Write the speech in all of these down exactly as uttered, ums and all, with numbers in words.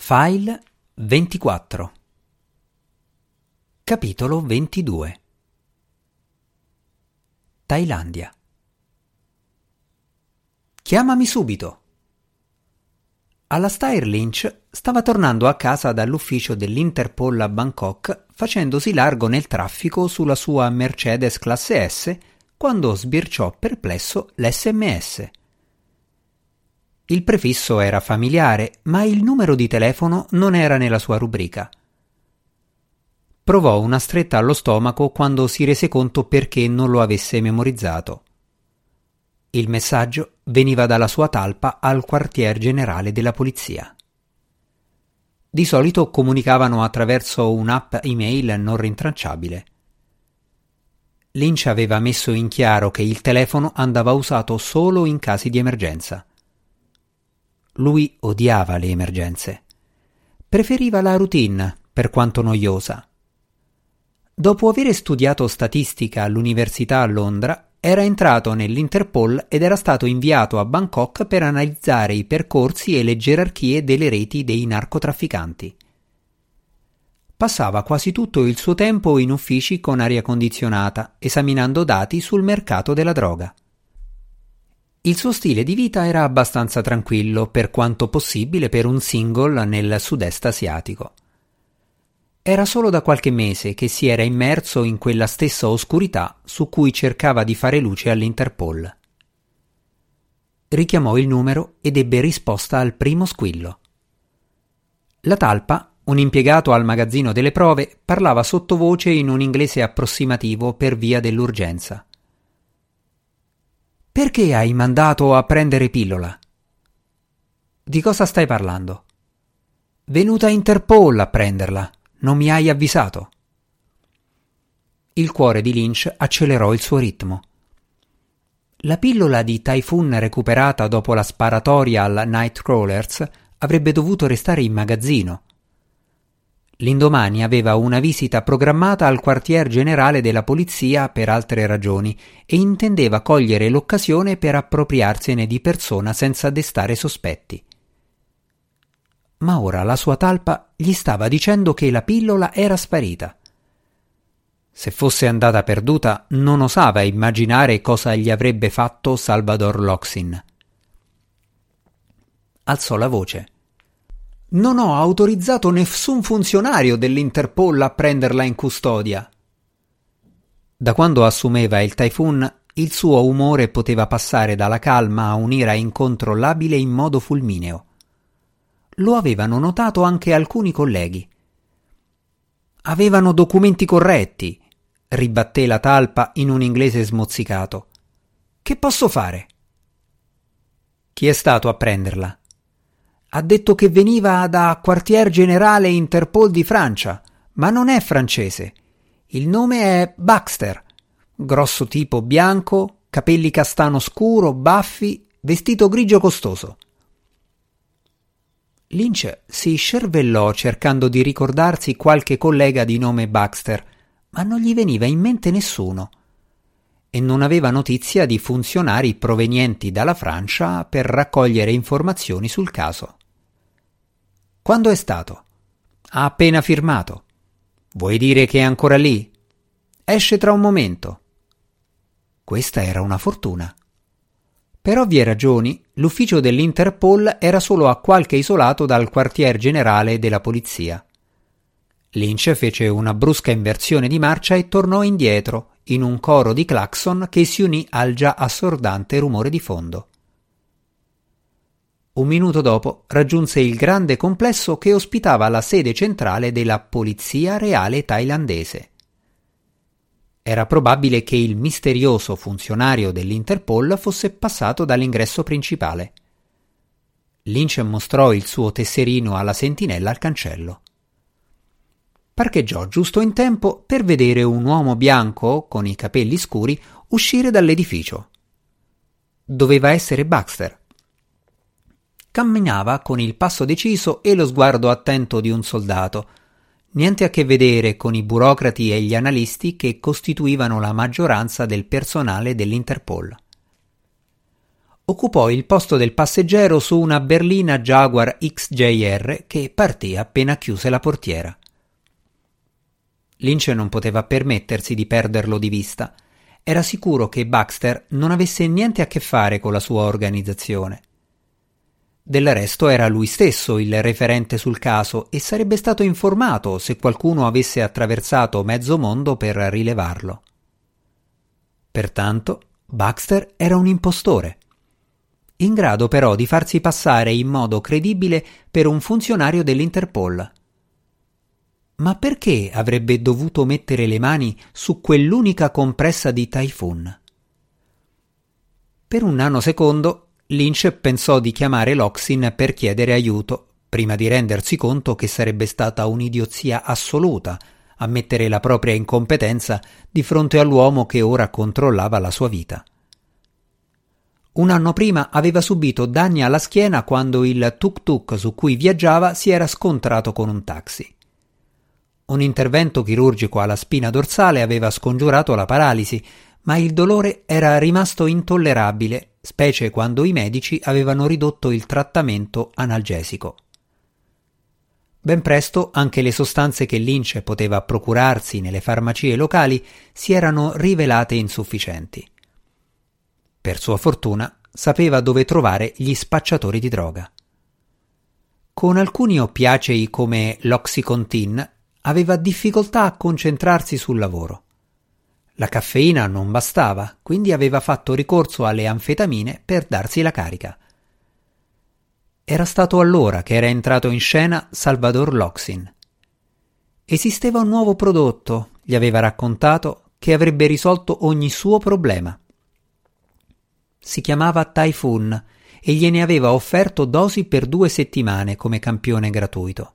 File ventiquattro. Capitolo ventidue. Thailandia. Chiamami subito. Alastair Lynch stava tornando a casa dall'ufficio dell'Interpol a Bangkok facendosi largo nel traffico sulla sua Mercedes classe S quando sbirciò perplesso l'esse emme esse. Il prefisso era familiare, ma il numero di telefono non era nella sua rubrica. Provò una stretta allo stomaco quando si rese conto perché non lo avesse memorizzato. Il messaggio veniva dalla sua talpa al quartier generale della polizia. Di solito comunicavano attraverso un'app email non rintracciabile. Lynch aveva messo in chiaro che il telefono andava usato solo in casi di emergenza. Lui odiava le emergenze. Preferiva la routine, per quanto noiosa. Dopo aver studiato statistica all'università a Londra, era entrato nell'Interpol ed era stato inviato a Bangkok per analizzare i percorsi e le gerarchie delle reti dei narcotrafficanti. Passava quasi tutto il suo tempo in uffici con aria condizionata, esaminando dati sul mercato della droga. Il suo stile di vita era abbastanza tranquillo, per quanto possibile per un single nel sud-est asiatico. Era solo da qualche mese che si era immerso in quella stessa oscurità su cui cercava di fare luce all'Interpol. Richiamò il numero ed ebbe risposta al primo squillo. La talpa, un impiegato al magazzino delle prove, parlava sottovoce in un inglese approssimativo per via dell'urgenza. «Perché hai mandato a prendere pillola?» «Di cosa stai parlando?» «Venuta Interpol a prenderla. Non mi hai avvisato?» Il cuore di Lynch accelerò il suo ritmo. La pillola di Typhoon recuperata dopo la sparatoria al Nightcrawlers avrebbe dovuto restare in magazzino. L'indomani aveva una visita programmata al quartier generale della polizia per altre ragioni e intendeva cogliere l'occasione per appropriarsene di persona senza destare sospetti. Ma ora la sua talpa gli stava dicendo che la pillola era sparita. Se fosse andata perduta, non osava immaginare cosa gli avrebbe fatto Salvador Loxin. Alzò la voce. «Non ho autorizzato nessun funzionario dell'Interpol a prenderla in custodia». Da quando assumeva il Typhoon, il suo umore poteva passare dalla calma a un'ira incontrollabile in modo fulmineo. Lo avevano notato anche alcuni colleghi. «Avevano documenti corretti», ribatté la talpa in un inglese smozzicato. «Che posso fare?» «Chi è stato a prenderla?» «Ha detto che veniva da quartier generale Interpol di Francia, ma non è francese. Il nome è Baxter. Grosso tipo bianco, capelli castano scuro, baffi, vestito grigio costoso». Lynch si scervellò cercando di ricordarsi qualche collega di nome Baxter, ma non gli veniva in mente nessuno. E non aveva notizia di funzionari provenienti dalla Francia per raccogliere informazioni sul caso. «Quando è stato?» «Ha appena firmato». «Vuoi dire che è ancora lì?» «Esce tra un momento». Questa era una fortuna. Per ovvie ragioni, l'ufficio dell'Interpol era solo a qualche isolato dal quartier generale della polizia. Lynch fece una brusca inversione di marcia e tornò indietro, in un coro di clacson che si unì al già assordante rumore di fondo. Un minuto dopo raggiunse il grande complesso che ospitava la sede centrale della Polizia Reale Thailandese. Era probabile che il misterioso funzionario dell'Interpol fosse passato dall'ingresso principale. Lynch mostrò il suo tesserino alla sentinella al cancello. Parcheggiò giusto in tempo per vedere un uomo bianco con i capelli scuri uscire dall'edificio. Doveva essere Baxter. Camminava con il passo deciso e lo sguardo attento di un soldato. Niente a che vedere con i burocrati e gli analisti che costituivano la maggioranza del personale dell'Interpol. occupò il posto del passeggero su una berlina Jaguar X J R che partì appena chiuse la portiera. Lynch non poteva permettersi di perderlo di vista. Era sicuro che Baxter non avesse niente a che fare con la sua organizzazione. Del resto era lui stesso il referente sul caso e sarebbe stato informato se qualcuno avesse attraversato mezzo mondo per rilevarlo. Pertanto Baxter era un impostore, in grado però di farsi passare in modo credibile per un funzionario dell'Interpol. Ma perché avrebbe dovuto mettere le mani su quell'unica compressa di Typhoon? Per un nanosecondo Lynch pensò di chiamare Loxin per chiedere aiuto, prima di rendersi conto che sarebbe stata un'idiozia assoluta ammettere la propria incompetenza di fronte all'uomo che ora controllava la sua vita. Un anno prima aveva subito danni alla schiena quando il tuk-tuk su cui viaggiava si era scontrato con un taxi. Un intervento chirurgico alla spina dorsale aveva scongiurato la paralisi, ma il dolore era rimasto intollerabile, specie quando i medici avevano ridotto il trattamento analgesico. Ben presto anche le sostanze che Lynch poteva procurarsi nelle farmacie locali si erano rivelate insufficienti. Per sua fortuna sapeva dove trovare gli spacciatori di droga. Con alcuni oppiacei come l'Oxycontin aveva difficoltà a concentrarsi sul lavoro. La caffeina non bastava, quindi aveva fatto ricorso alle anfetamine per darsi la carica. Era stato allora che era entrato in scena Salvador Loxin. Esisteva un nuovo prodotto, gli aveva raccontato, che avrebbe risolto ogni suo problema. Si chiamava Typhoon e gliene aveva offerto dosi per due settimane come campione gratuito.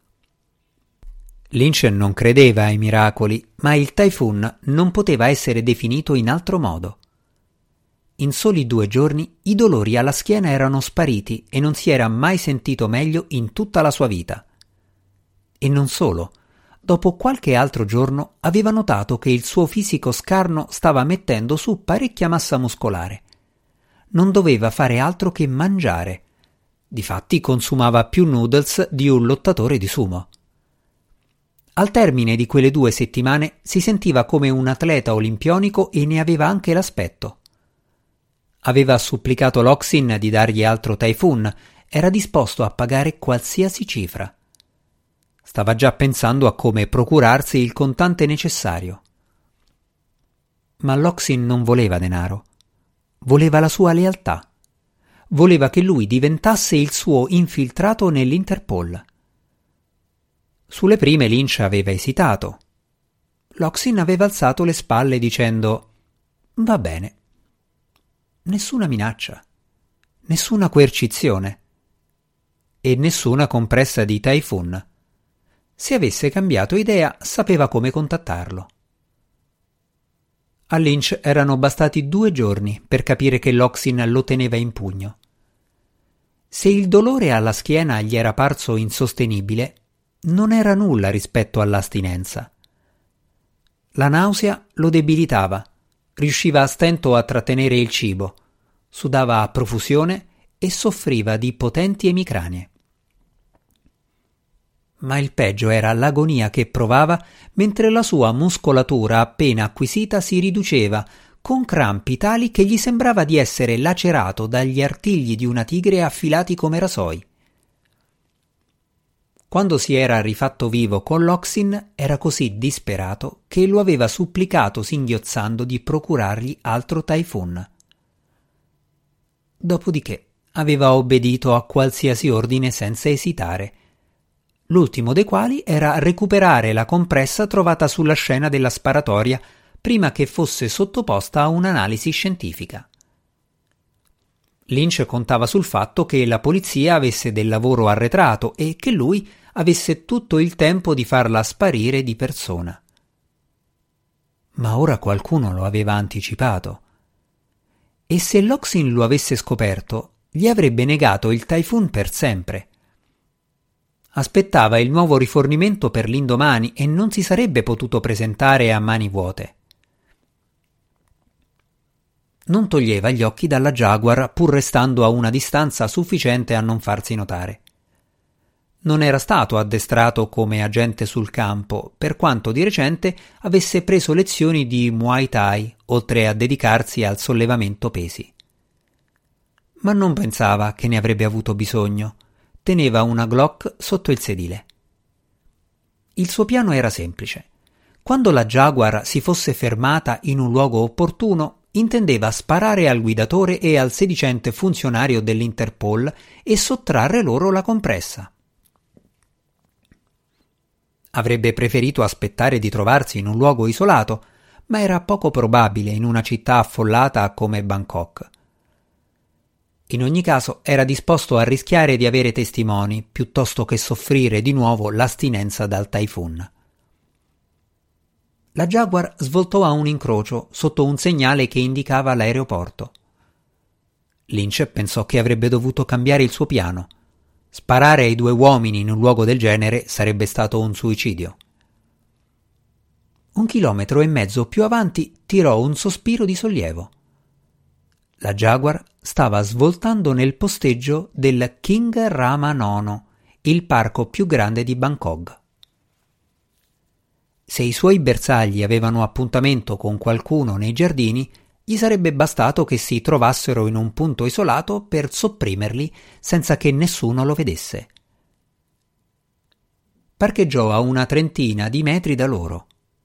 Lynch non credeva ai miracoli, ma il Typhoon non poteva essere definito in altro modo. In soli due giorni i dolori alla schiena erano spariti e non si era mai sentito meglio in tutta la sua vita. E non solo, dopo qualche altro giorno aveva notato che il suo fisico scarno stava mettendo su parecchia massa muscolare. Non doveva fare altro che mangiare. Difatti consumava più noodles di un lottatore di sumo. Al termine di quelle due settimane si sentiva come un atleta olimpionico e ne aveva anche l'aspetto. Aveva supplicato Loxin di dargli altro Typhoon, era disposto a pagare qualsiasi cifra. Stava già pensando a come procurarsi il contante necessario. Ma Loxin non voleva denaro. Voleva la sua lealtà. Voleva che lui diventasse il suo infiltrato nell'Interpol. Sulle prime Lynch aveva esitato. Loxin aveva alzato le spalle dicendo: «Va bene». Nessuna minaccia, nessuna coercizione e nessuna compressa di Typhoon. Se avesse cambiato idea, sapeva come contattarlo. A Lynch erano bastati due giorni per capire che Loxin lo teneva in pugno. Se il dolore alla schiena gli era parso insostenibile, non era nulla rispetto all'astinenza. La nausea lo debilitava, riusciva a stento a trattenere il cibo, sudava a profusione e soffriva di potenti emicranie. Ma il peggio era l'agonia che provava mentre la sua muscolatura appena acquisita si riduceva, con crampi tali che gli sembrava di essere lacerato dagli artigli di una tigre affilati come rasoi. Quando si era rifatto vivo con Loxin era così disperato che lo aveva supplicato singhiozzando di procurargli altro Typhoon. Dopodiché aveva obbedito a qualsiasi ordine senza esitare, l'ultimo dei quali era recuperare la compressa trovata sulla scena della sparatoria prima che fosse sottoposta a un'analisi scientifica. Lynch contava sul fatto che la polizia avesse del lavoro arretrato e che lui avesse tutto il tempo di farla sparire di persona. Ma ora qualcuno lo aveva anticipato. E se Loxin lo avesse scoperto, gli avrebbe negato il Typhoon per sempre. Aspettava il nuovo rifornimento per l'indomani e non si sarebbe potuto presentare a mani vuote. non toglieva gli occhi dalla Jaguar, pur restando a una distanza sufficiente a non farsi notare. Non era stato addestrato come agente sul campo, per quanto di recente avesse preso lezioni di Muay Thai, oltre a dedicarsi al sollevamento pesi. Ma non pensava che ne avrebbe avuto bisogno. Teneva una Glock sotto il sedile. Il suo piano era semplice. Quando la Jaguar si fosse fermata in un luogo opportuno, intendeva sparare al guidatore e al sedicente funzionario dell'Interpol e sottrarre loro la compressa. Avrebbe preferito aspettare di trovarsi in un luogo isolato, ma era poco probabile in una città affollata come Bangkok. In ogni caso era disposto a rischiare di avere testimoni piuttosto che soffrire di nuovo l'astinenza dal Typhoon. La Jaguar svoltò a un incrocio sotto un segnale che indicava l'aeroporto. Lynch pensò che avrebbe dovuto cambiare il suo piano. Sparare ai due uomini in un luogo del genere sarebbe stato un suicidio. Un chilometro e mezzo più avanti tirò un sospiro di sollievo. La Jaguar stava svoltando nel posteggio del King Rama nono, il parco più grande di Bangkok. Se i suoi bersagli avevano appuntamento con qualcuno nei giardini, gli sarebbe bastato che si trovassero in un punto isolato per sopprimerli senza che nessuno lo vedesse. Parcheggiò a una trentina di metri da loro.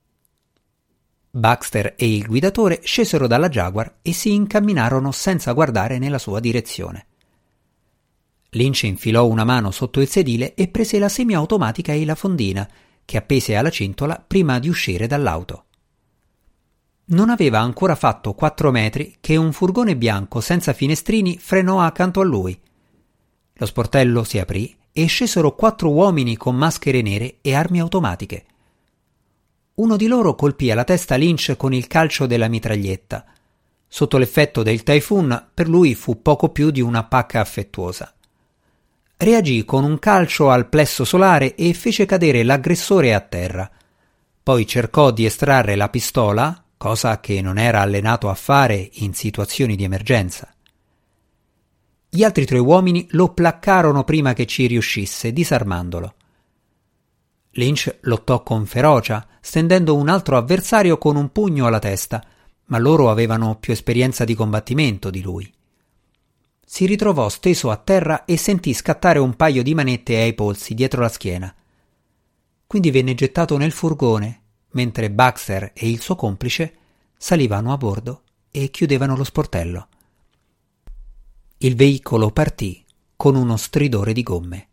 Baxter e il guidatore scesero dalla Jaguar e si incamminarono senza guardare nella sua direzione. Lynch infilò una mano sotto il sedile e prese la semiautomatica e la fondina, che appese alla cintola prima di uscire dall'auto. Non aveva ancora fatto quattro metri che un furgone bianco senza finestrini frenò accanto a lui. Lo sportello si aprì e scesero quattro uomini con maschere nere e armi automatiche. Uno di loro colpì alla testa Lynch con il calcio della mitraglietta. Sotto l'effetto del Typhoon, per lui fu poco più di una pacca affettuosa. Reagì con un calcio al plesso solare e fece cadere l'aggressore a terra. Poi cercò di estrarre la pistola, cosa che non era allenato a fare in situazioni di emergenza. Gli altri tre uomini lo placcarono prima che ci riuscisse, disarmandolo. Lynch lottò con ferocia, stendendo un altro avversario con un pugno alla testa, ma loro avevano più esperienza di combattimento di lui. Si ritrovò steso a terra e sentì scattare un paio di manette ai polsi dietro la schiena. Quindi venne gettato nel furgone, mentre Baxter e il suo complice salivano a bordo e chiudevano lo sportello. Il veicolo partì con uno stridore di gomme.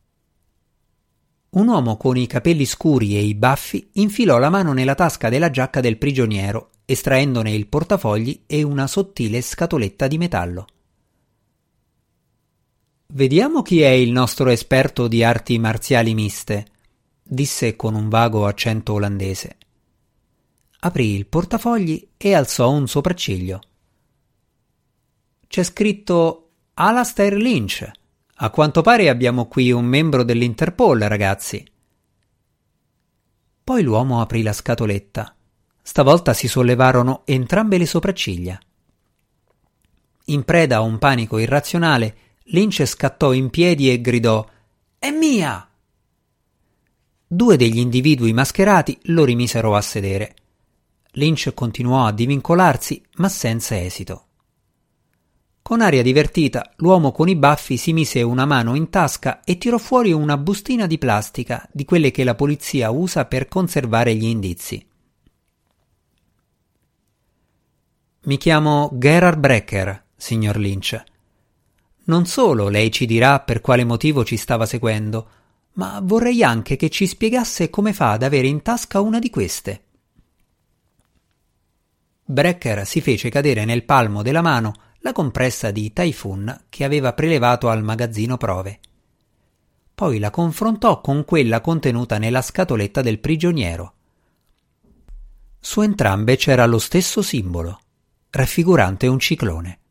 Un uomo con i capelli scuri e i baffi infilò la mano nella tasca della giacca del prigioniero, estraendone il portafogli e una sottile scatoletta di metallo. «Vediamo chi è il nostro esperto di arti marziali miste», disse con un vago accento olandese. Aprì il portafogli e alzò un sopracciglio. «C'è scritto Alastair Lynch. A quanto pare abbiamo qui un membro dell'Interpol, ragazzi». Poi l'uomo aprì la scatoletta. Stavolta si sollevarono entrambe le sopracciglia. In preda a un panico irrazionale, Lynch scattò in piedi e gridò: «È mia!». Due degli individui mascherati lo rimisero a sedere. Lynch continuò a divincolarsi, ma senza esito. Con aria divertita, l'uomo con i baffi si mise una mano in tasca e tirò fuori una bustina di plastica, di quelle che la polizia usa per conservare gli indizi. «Mi chiamo Gerard Brecker, signor Lynch. Non solo lei ci dirà per quale motivo ci stava seguendo, ma vorrei anche che ci spiegasse come fa ad avere in tasca una di queste». Brecker si fece cadere nel palmo della mano la compressa di Typhoon che aveva prelevato al magazzino prove. Poi la confrontò con quella contenuta nella scatoletta del prigioniero. Su entrambe c'era lo stesso simbolo, raffigurante un ciclone.